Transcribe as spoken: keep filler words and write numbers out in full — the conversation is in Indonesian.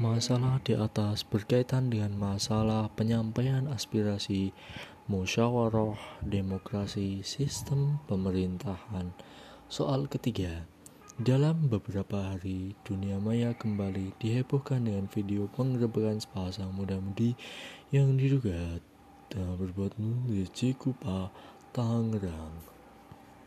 Masalah di atas berkaitan dengan masalah penyampaian aspirasi, musyawarah, demokrasi, sistem pemerintahan. Soal ketiga, dalam beberapa hari, dunia maya kembali dihebohkan dengan video penggerebekan sepasang muda-mudi yang diduga telah berbuat bunuh di Cikupa, Tangerang.